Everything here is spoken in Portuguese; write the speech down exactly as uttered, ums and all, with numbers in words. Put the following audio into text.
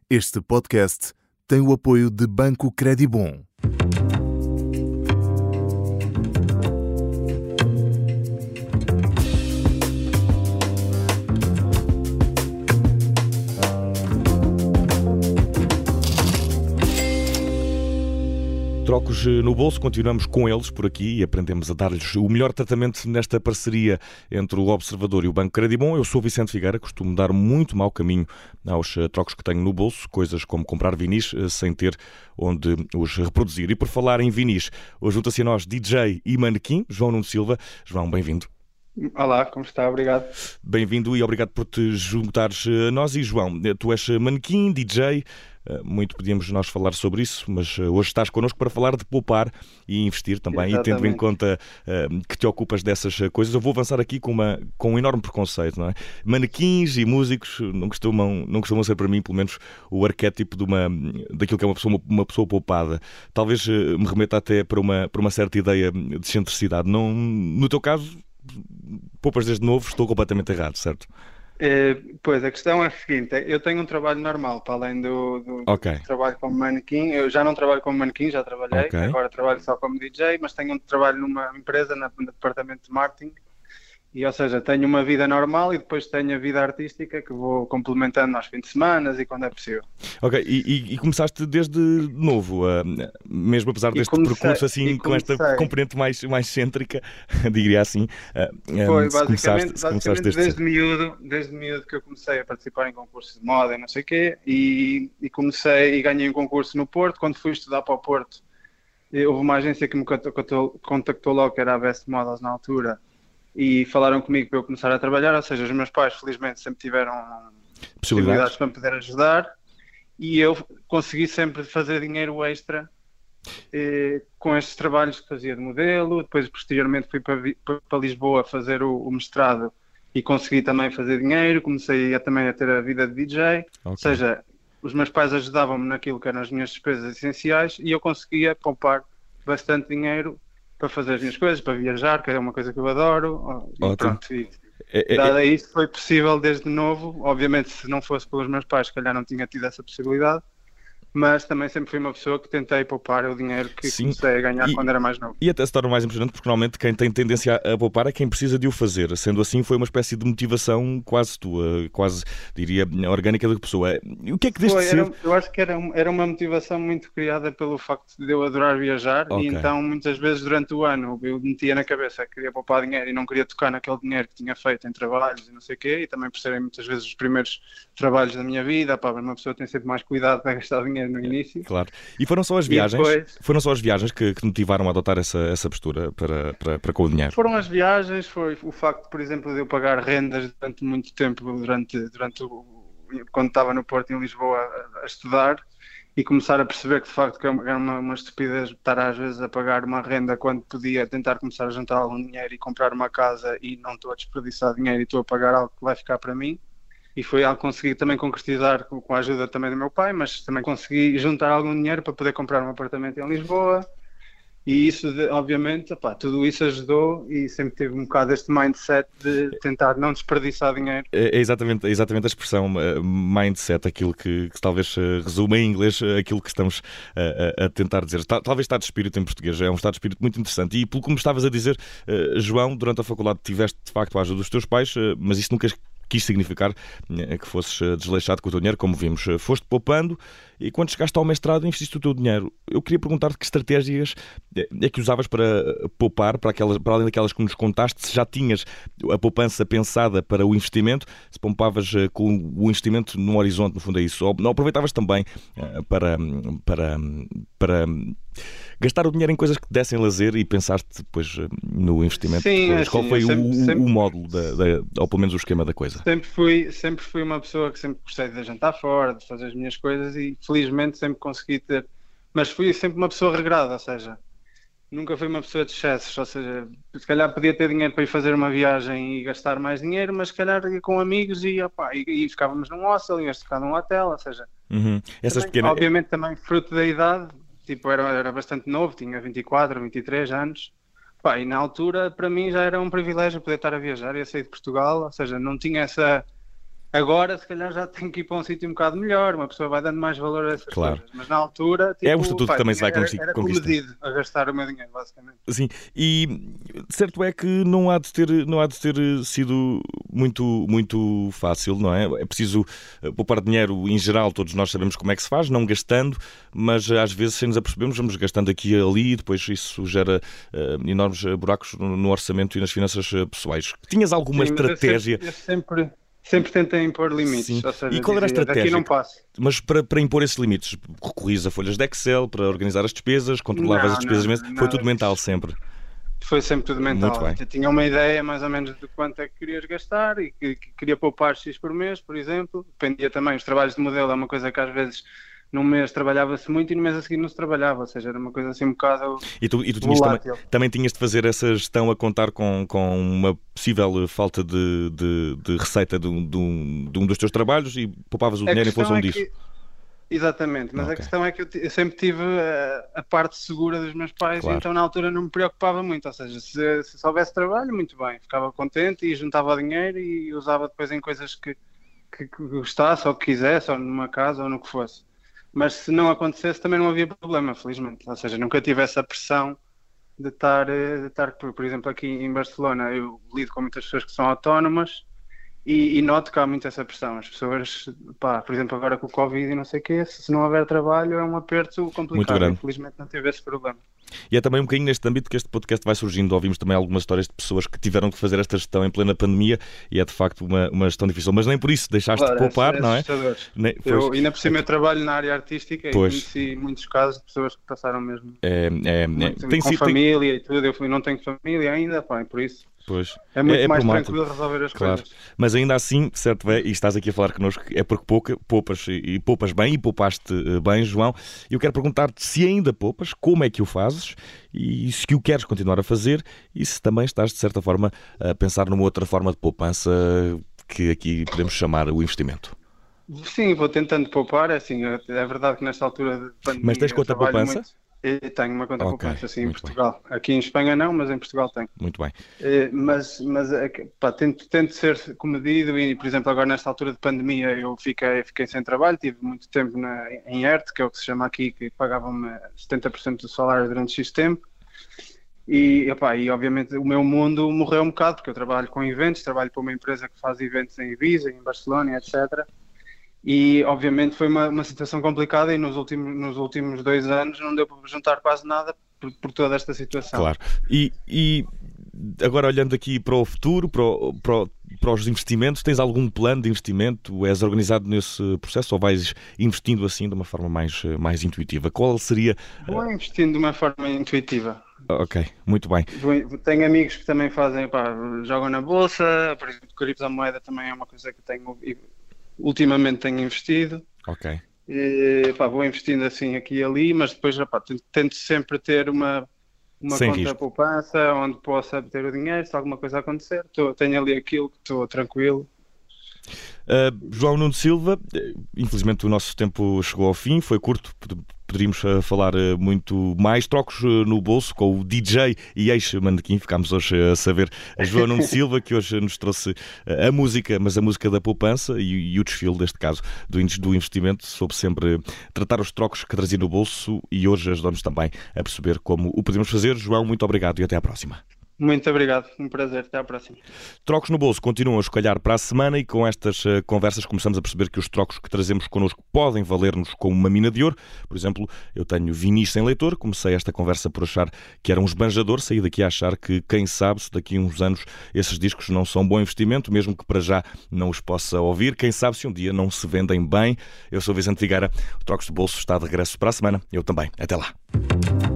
Este podcast tem o apoio de Banco Credibom. Trocos no bolso, continuamos com eles por aqui e aprendemos a dar-lhes o melhor tratamento nesta parceria entre o Observador e o Banco Credibom. Eu sou Vicente Figueira, costumo dar muito mau caminho aos trocos que tenho no bolso, coisas como comprar vinis sem ter onde os reproduzir. E por falar em vinis, hoje junta-se a nós D J e manequim, João Nuno Silva. João, bem-vindo. Olá, como está? Obrigado. Bem-vindo e obrigado por te juntares a nós. E João, tu és manequim, D J, muito podíamos nós falar sobre isso, mas hoje estás connosco para falar de poupar e investir também. Exatamente. E tendo em conta uh, que te ocupas dessas coisas, eu vou avançar aqui com, uma, com um enorme preconceito, não é? Manequins e músicos não costumam, não costumam ser para mim, pelo menos, o arquétipo de uma, daquilo que é uma pessoa, uma, uma pessoa poupada. Talvez uh, me remeta até para uma, para uma certa ideia de excentricidade. Não, no teu caso, poupas desde novo, estou completamente errado, certo? É, pois, a questão é a seguinte, eu tenho um trabalho normal, para além do, do, okay. do trabalho como manequim. Eu já não trabalho como manequim, já trabalhei, okay. Agora trabalho só como D J, mas tenho um trabalho numa empresa, na, no departamento de marketing, e, ou seja, tenho uma vida normal e depois tenho a vida artística que vou complementando aos fins de semana e quando é possível. Ok, e, e, e começaste desde novo, uh, mesmo apesar deste comecei, percurso assim, com esta componente mais, mais cêntrica, diria assim. Uh, Foi, um, basicamente, começaste, basicamente desde, desde, miúdo, desde miúdo que eu comecei a participar em concursos de moda e não sei o quê, e, e comecei e ganhei um concurso no Porto. Quando fui estudar para o Porto, houve uma agência que me contactou, contactou logo, que era a Best Models na altura, e falaram comigo para eu começar a trabalhar. Ou seja, os meus pais felizmente sempre tiveram possibilidades para me poder ajudar, e eu consegui sempre fazer dinheiro extra eh, com estes trabalhos que fazia de modelo. Depois posteriormente fui para, para Lisboa fazer o, o mestrado e consegui também fazer dinheiro. Comecei a, também a ter a vida de D J, okay. Ou seja, os meus pais ajudavam-me naquilo que eram as minhas despesas essenciais e eu conseguia poupar bastante dinheiro para fazer as minhas coisas, para viajar, que é uma coisa que eu adoro. E pronto, e, é, é, dado a isso, foi possível desde novo. Obviamente, se não fosse pelos meus pais, se calhar não tinha tido essa possibilidade. Mas também sempre fui uma pessoa que tentei poupar o dinheiro que Sim. comecei a ganhar e, quando era mais novo. E até se torna mais impressionante porque normalmente quem tem tendência a poupar é quem precisa de o fazer. Sendo assim, foi uma espécie de motivação quase tua, quase, diria, orgânica da pessoa. E o que é que desde foi, cedo... era, eu acho que era, era uma motivação muito criada pelo facto de eu adorar viajar, okay. E então muitas vezes durante o ano eu metia na cabeça que queria poupar dinheiro e não queria tocar naquele dinheiro que tinha feito em trabalhos e não sei o quê, e também por serem muitas vezes os primeiros trabalhos da minha vida. Pá, uma pessoa tem sempre mais cuidado para gastar dinheiro no início. Claro. E foram só as viagens, depois, foram só as viagens que, que te motivaram a adotar essa, essa postura para, para, para com o dinheiro? Foram as viagens, foi o facto, por exemplo, de eu pagar rendas durante muito tempo, durante, durante o, quando estava no Porto e em Lisboa a, a estudar, e começar a perceber que de facto que era uma, uma estupidez estar às vezes a pagar uma renda quando podia tentar começar a juntar algum dinheiro e comprar uma casa, e não estou a desperdiçar dinheiro e estou a pagar algo que vai ficar para mim. E foi algo que consegui também concretizar com, com a ajuda também do meu pai, mas também consegui juntar algum dinheiro para poder comprar um apartamento em Lisboa. E isso, obviamente, opá, tudo isso ajudou, e sempre tive um bocado este mindset de tentar não desperdiçar dinheiro. É exatamente, é exatamente a expressão uh, mindset, aquilo que, que talvez uh, resume em inglês uh, aquilo que estamos uh, a tentar dizer. Ta- talvez estado de espírito em português, é um estado de espírito muito interessante. E pelo que me estavas a dizer, uh, João, durante a faculdade tiveste de facto a ajuda dos teus pais, uh, mas isso nunca quis significar que fosses desleixado com o teu dinheiro, como vimos. Foste poupando e quando chegaste ao mestrado investiste o teu dinheiro. Eu queria perguntar-te que estratégias é que usavas para poupar, para, aquelas, para além daquelas que nos contaste, se já tinhas a poupança pensada para o investimento, se poupavas com o investimento no horizonte, no fundo é isso, ou não aproveitavas também para, para, para gastar o dinheiro em coisas que te dessem lazer e pensaste depois no investimento? Sim, depois. Assim, Qual foi sempre, o, sempre... o módulo, da, da, ou pelo menos o esquema da coisa? Sempre fui, sempre fui uma pessoa que sempre gostei de jantar fora, de fazer as minhas coisas, e felizmente sempre consegui ter, mas fui sempre uma pessoa regrada, ou seja, nunca fui uma pessoa de excessos. Ou seja, se calhar podia ter dinheiro para ir fazer uma viagem e gastar mais dinheiro, mas se calhar ia com amigos e, opa, e, e ficávamos num hostel, íamos ficar num hotel, ou seja, uhum. Essas também, pequenas... obviamente também fruto da idade, tipo, era, era bastante novo, tinha vinte e quatro, vinte e três anos. Pá, e na altura, para mim, já era um privilégio poder estar a viajar e a sair de Portugal, ou seja, não tinha essa, Agora, se calhar, já tenho que ir para um sítio um bocado melhor, uma pessoa vai dando mais valor a essas Claro. coisas. Mas na altura, tipo, É um estatuto pá, que também se vai era, conquistar. era comedido a gastar o meu dinheiro, basicamente. Sim, e certo é que não há de ter, não há de ter sido muito, muito fácil, não é? É preciso poupar dinheiro em geral, todos nós sabemos como é que se faz, não gastando, mas às vezes, sem nos apercebemos, vamos gastando aqui e ali, e depois isso gera uh, enormes buracos no, no orçamento e nas finanças pessoais. Tinhas alguma Sim, mas estratégia? Eu sempre, eu sempre, sempre tentei impor limites. Sim. Ou seja, E qual era a dizia, estratégia? daqui não passo. Mas para, para impor esses limites, recorrias a folhas de Excel para organizar as despesas, controlavas Não, as despesas não, mesmo? nada Foi tudo mental disso. sempre. Foi sempre tudo mental. Muito bem. Eu tinha uma ideia mais ou menos de quanto é que querias gastar e que, que queria poupar X por mês, por exemplo. Dependia também, os trabalhos de modelo é uma coisa que às vezes num mês trabalhava-se muito e no mês a seguir não se trabalhava, ou seja, era uma coisa assim um bocado E tu, e tu tinhas também, volátil. também tinhas de fazer essa gestão a contar com, com uma possível falta de, de, de receita de um, de, um, de um dos teus trabalhos e poupavas o A dinheiro em questão função é disso. que- Exatamente, mas Ok. a questão é que eu, ti- eu sempre tive a, a parte segura dos meus pais Claro. e então na altura não me preocupava muito, ou seja, se, se houvesse trabalho, muito bem, ficava contente e juntava o dinheiro e usava depois em coisas que, que, que gostasse ou que quisesse, ou numa casa ou no que fosse. Mas se não acontecesse também não havia problema, felizmente, ou seja, nunca tive essa pressão de estar, eh, de estar por, por exemplo, aqui em Barcelona eu lido com muitas pessoas que são autónomas e, e noto que há muito essa pressão. As pessoas, pá, por exemplo, agora com o Covid e não sei o quê, se não houver trabalho é um aperto complicado. grande. Infelizmente não tive esse problema. E é também um bocadinho neste âmbito que este podcast vai surgindo. Ouvimos também algumas histórias de pessoas que tiveram que fazer esta gestão em plena pandemia e é de facto uma, uma gestão difícil. Mas nem por isso deixaste Claro, de poupar, é não é? assustador. Nem, Eu, pois, ainda por cima eu trabalho na área artística Pois. e conheci muitos casos de pessoas que passaram mesmo é, é, é, muito, tem com sido, tem- família e tudo. Eu fui- não tenho família ainda, pá, e por isso pois, é muito é mais problemático. tranquilo resolver as Claro. coisas. Mas ainda assim, certo é, e estás aqui a falar connosco, é porque pouca, poupas e, e poupas bem e poupaste eh, bem, João. E eu quero perguntar-te se ainda poupas, como é que o fazes e se o queres continuar a fazer e se também estás, de certa forma, a pensar numa outra forma de poupança que aqui podemos chamar o investimento. Sim, vou tentando poupar, é assim, é é verdade que nesta altura de pandemia Mas tens eu conta trabalho poupança? muito. E tenho uma conta Ok, poupança, sim, em muito Portugal. Aqui em Espanha não, mas em Portugal tenho. Muito bem. Eh, Mas, mas é que, pá, tento, tento ser comedido e, por exemplo, agora nesta altura de pandemia eu fiquei, fiquei sem trabalho, tive muito tempo na, em E R T, que é o que se chama aqui, que pagavam-me setenta por cento do salário durante X tempo. E, epá, e obviamente o meu mundo morreu um bocado, porque eu trabalho com eventos, trabalho para uma empresa que faz eventos em Ibiza, em Barcelona, etcétera. E obviamente foi uma, uma situação complicada e nos últimos, nos últimos dois anos não deu para juntar quase nada por, por toda esta situação. Claro. E, e agora olhando aqui para o futuro, para, o- para, o- para os investimentos, tens algum plano de investimento? És organizado nesse processo ou vais investindo assim de uma forma mais, mais intuitiva? Qual seria... Vou investindo de uma forma intuitiva. Ok, muito bem. Vou- Tenho amigos que também fazem, pá, jogam na bolsa, por exemplo, criptomoeda também é uma coisa que tenho e ultimamente tenho investido. Ok. E, pá, vou investindo assim aqui e ali, mas depois pá, tento, tento sempre ter uma, uma Sem conta risco. de poupança onde possa ter o dinheiro se alguma coisa acontecer. Tô, tenho ali aquilo que estou tranquilo. Uh, João Nuno Silva, eh, infelizmente o nosso tempo chegou ao fim, foi curto, pod- poderíamos uh, falar uh, muito mais. Trocos uh, no bolso com o D J e ex-manequim, ficámos hoje a saber, a João Nuno Silva, que hoje nos trouxe uh, a música, mas a música da poupança e, e o desfile, neste caso, do, in- do investimento, soube sempre tratar os trocos que trazia no bolso e hoje ajudamos também a perceber como o podemos fazer. João, muito obrigado e até à próxima. Muito obrigado, um prazer, até à próxima. Trocos no bolso continuam a escalhar para a semana e com estas uh, conversas começamos a perceber que os trocos que trazemos connosco podem valer-nos como uma mina de ouro. Por exemplo, eu tenho vinis sem leitor, comecei esta conversa por achar que era um esbanjador, saí daqui a achar que quem sabe se daqui a uns anos esses discos não são bom investimento, mesmo que para já não os possa ouvir, quem sabe se um dia não se vendem bem. Eu sou Vicente Figueira, o Trocos de Bolso está de regresso para a semana, eu também. Até lá.